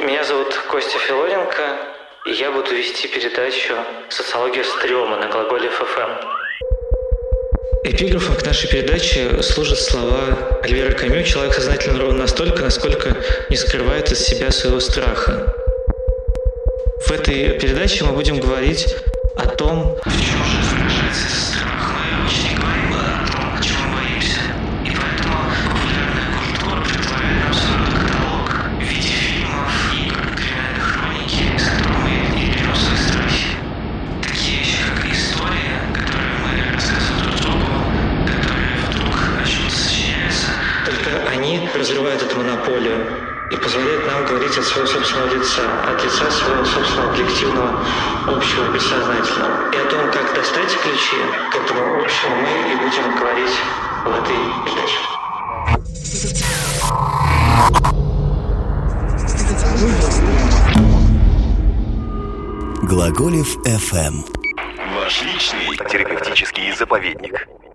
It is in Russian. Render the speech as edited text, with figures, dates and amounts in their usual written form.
Меня зовут Костя Филоненко, и я буду вести передачу «Социология стрёма» на Глаголе ФМ. Эпиграфом к нашей передаче служат слова Альбера Камю: «Человек сознателен ровно настолько, насколько не скрывает от себя своего страха». В этой передаче мы будем говорить о том, в чем же заключается страх. Мы обычно не говорим о том, о чем мы боимся. И поэтому популярная культура предлагает нам свой каталог в виде фильмов и криминальной хроники, с которым мы и берем свои страхи. Такие вещи, как история, которую мы рассказываем друг другу, которые вдруг о чем-то сочиняются. Только они разрывают эту монополию и позволяет нам говорить от своего собственного лица, от лица своего собственного коллективного, общего, бессознательного. И о том, как достать ключи к этому общему, мы и будем говорить в этой передаче. Глаголев FM. Ваш личный терапевтический заповедник.